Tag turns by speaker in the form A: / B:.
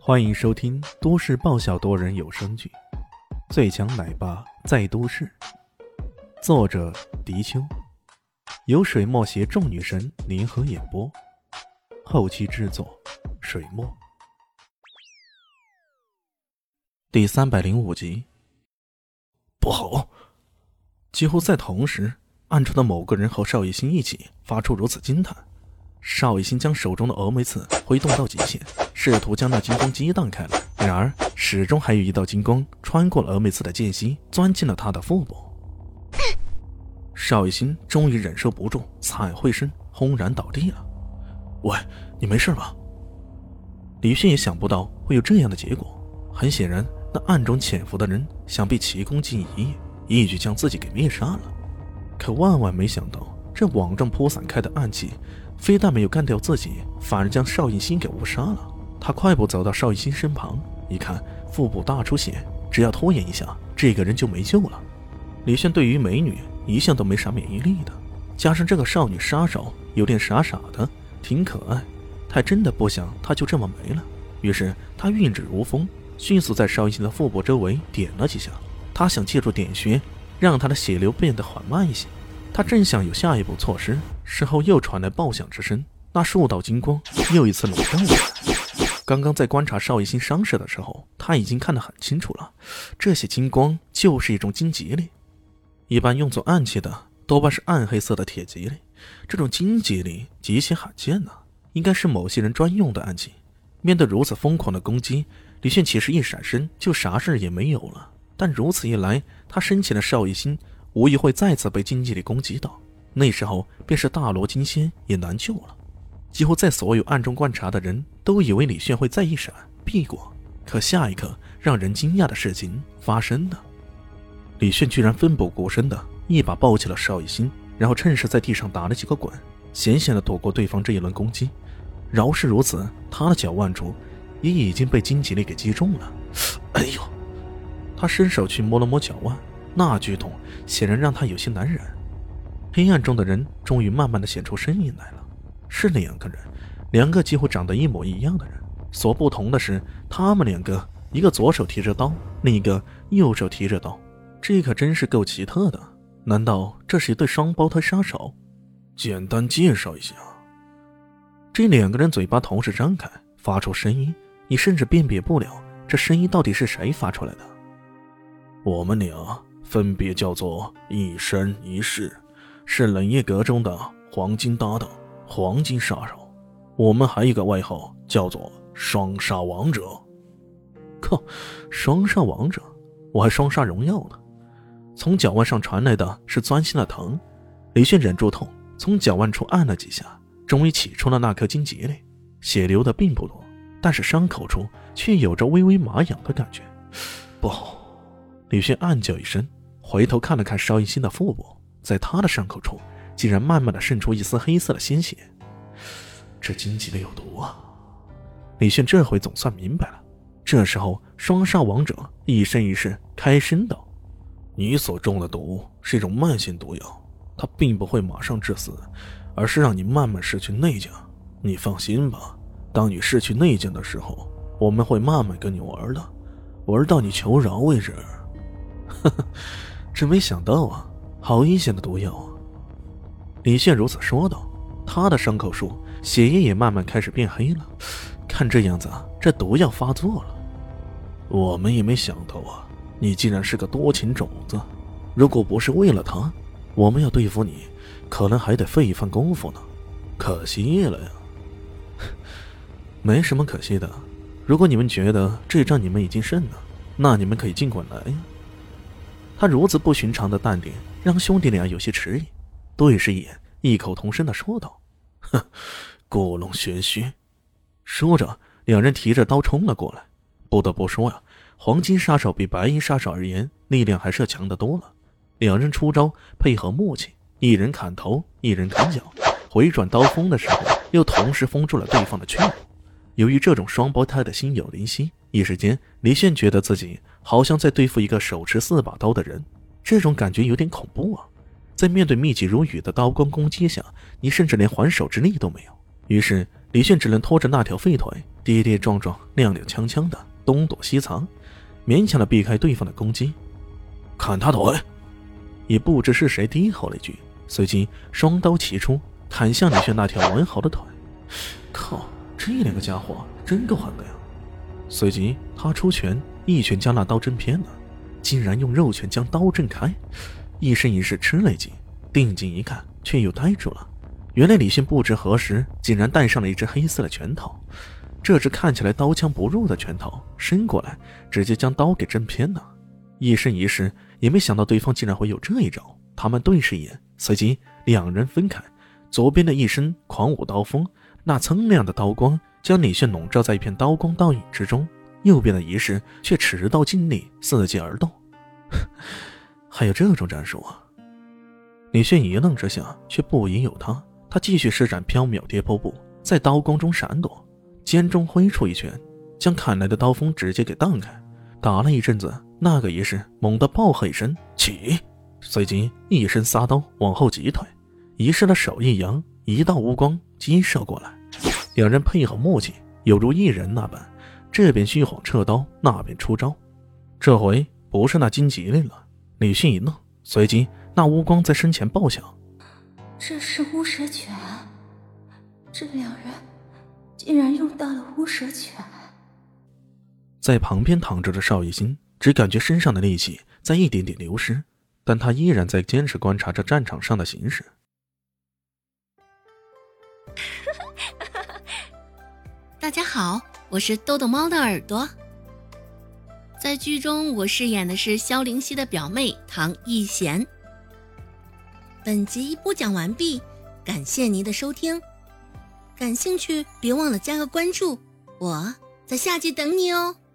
A: 欢迎收听都市爆笑多人有声剧《最强奶爸在都市》，作者：迪秋，由水墨携众女神联合演播，后期制作：水墨。第305集。不好！几乎在同时，暗处的某个人和邵逸星一起发出如此惊叹。邵逸星将手中的峨眉刺挥动到极限，试图将那金光激荡开来，然而始终还有一道金光穿过了峨眉刺的间隙，钻进了他的腹部。邵逸星终于忍受不住，惨会声轰然倒地了。喂，你没事吧？李迅也想不到会有这样的结果，很显然那暗中潜伏的人想必奇功技艺，一举将自己给灭杀了。可万万没想到，这网状铺散开的暗器非但没有干掉自己，反而将邵逸星给误杀了。他快步走到邵逸星身旁，一看腹部大出血，只要拖延一下，这个人就没救了。李炫对于美女一向都没啥免疫力的，加上这个少女杀手有点傻傻的，挺可爱，他真的不想她就这么没了。于是他运指如风，迅速在邵逸星的腹部周围点了几下，他想借助点穴让他的血流变得缓慢一些。他正想有下一步措施，事后又传来爆响之声，那数道金光又一次笼罩过来。刚刚在观察邵逸星伤势的时候，他已经看得很清楚了，这些金光就是一种金棘类。一般用作暗器的多半是暗黑色的铁棘类，这种金棘类极其罕见呢，应该是某些人专用的暗器。面对如此疯狂的攻击，李炫其实一闪身就啥事也没有了，但如此一来，他身前的邵逸星无疑会再次被金棘类攻击到，那时候便是大罗金仙也难救了。几乎在所有暗中观察的人都以为李炫会再一闪避过，可下一刻让人惊讶的事情发生了。李炫居然奋不顾身的一把抱起了邵逸星，然后趁势在地上打了几个滚，险险的躲过对方这一轮攻击。饶是如此，他的脚腕处也已经被荆棘类给击中了。哎呦！他伸手去摸了摸脚腕，那剧痛显然让他有些难忍。黑暗中的人终于慢慢的显出身影来了，是两个人，两个几乎长得一模一样的人，所不同的是，他们两个一个左手提着刀，另一个右手提着刀，这可真是够奇特的。难道这是一对双胞胎杀手？简单介绍一下。这两个人嘴巴同时张开，发出声音，你甚至辨别不了这声音到底是谁发出来的。我们俩分别叫做一生一世，是冷夜阁中的黄金搭档，黄金杀手。我们还有一个外号叫做双杀王者。靠，双杀王者，我还双杀荣耀呢。从脚腕上传来的是钻心的疼，李炫忍住痛，从脚腕处按了几下，终于起出了那颗金棘类，血流的并不多，但是伤口处却有着微微麻痒的感觉。不，李炫暗叫一声，回头看了看邵逸星的腹部，在他的伤口处竟然慢慢的渗出一丝黑色的鲜血。这荆棘类有毒啊！李炫这回总算明白了。这时候双杀王者一生一世开声道：你所中的毒是一种慢性毒药，它并不会马上致死，而是让你慢慢失去内劲。你放心吧，当你失去内劲的时候，我们会慢慢跟你玩的，玩到你求饶为止。呵呵，真没想到啊，好阴险的毒药啊！李炫如此说道，他的伤口处血液也慢慢开始变黑了，看这样子啊，这毒药发作了。我们也没想到啊，你竟然是个多情种子，如果不是为了他，我们要对付你可能还得费一番功夫呢，可惜了呀。没什么可惜的，如果你们觉得这仗你们已经胜了，那你们可以尽管来呀。他如此不寻常的淡定，让兄弟俩有些迟疑，对视一眼，异口同声地说道：哼，故弄玄虚。说着，两人提着刀冲了过来。不得不说呀，黄金杀手比白衣杀手而言，力量还是强得多了。两人出招配合默契，一人砍头，一人砍脚，回转刀锋的时候，又同时封住了对方的去路。由于这种双胞胎的心有灵犀，一时间李炫觉得自己好像在对付一个手持4把刀的人，这种感觉有点恐怖啊。在面对密集如雨的刀光攻击下，你甚至连还手之力都没有。 于是李炫只能拖着那条废腿，跌跌撞撞、踉踉跄跄的东躲西藏，勉强的避开对方的攻击。砍他腿！也不知是谁低吼了一句，随即双刀齐出，砍向李炫那条完好的腿。靠，这两个家伙真够狠的呀！随即他出拳，一拳将那刀震偏了，竟然用肉拳将刀震开。一生一世吃了一惊，定睛一看，却又呆住了。原来李炫不知何时竟然戴上了一只黑色的拳套，这只看起来刀枪不入的拳套伸过来，直接将刀给震偏了。一生一世也没想到对方竟然会有这一招，他们对视一眼，随即两人分开。左边的一身狂舞刀锋，那锃亮的刀光将李炫笼罩在一片刀光刀影之中，右边的一世却持刀尽力伺机而动。还有这种战术啊！李炫一愣之下，却不疑有他，他继续施展缥缈跌破步，在刀光中闪躲，肩中挥出一拳，将砍来的刀锋直接给荡开。打了一阵子，那个一世猛地暴喝一声起，随即一身撒刀往后急退，一世的手一扬，一道乌光击射过来，两人配合默契，犹如一人那般，这边虚晃撤刀，那边出招。这回不是那金吉利了。李迅一愣，随即那乌光在身前爆响。
B: 这是乌蛇拳，这两人竟然用到了乌蛇拳。
A: 在旁边躺着的邵逸星只感觉身上的力气在一点点流失，但他依然在坚持观察着战场上的形势。
C: 大家好，我是豆豆猫的耳朵。在剧中我饰演的是萧灵溪的表妹唐艺贤。本集播讲完毕，感谢您的收听。感兴趣别忘了加个关注，我在下集等你哦。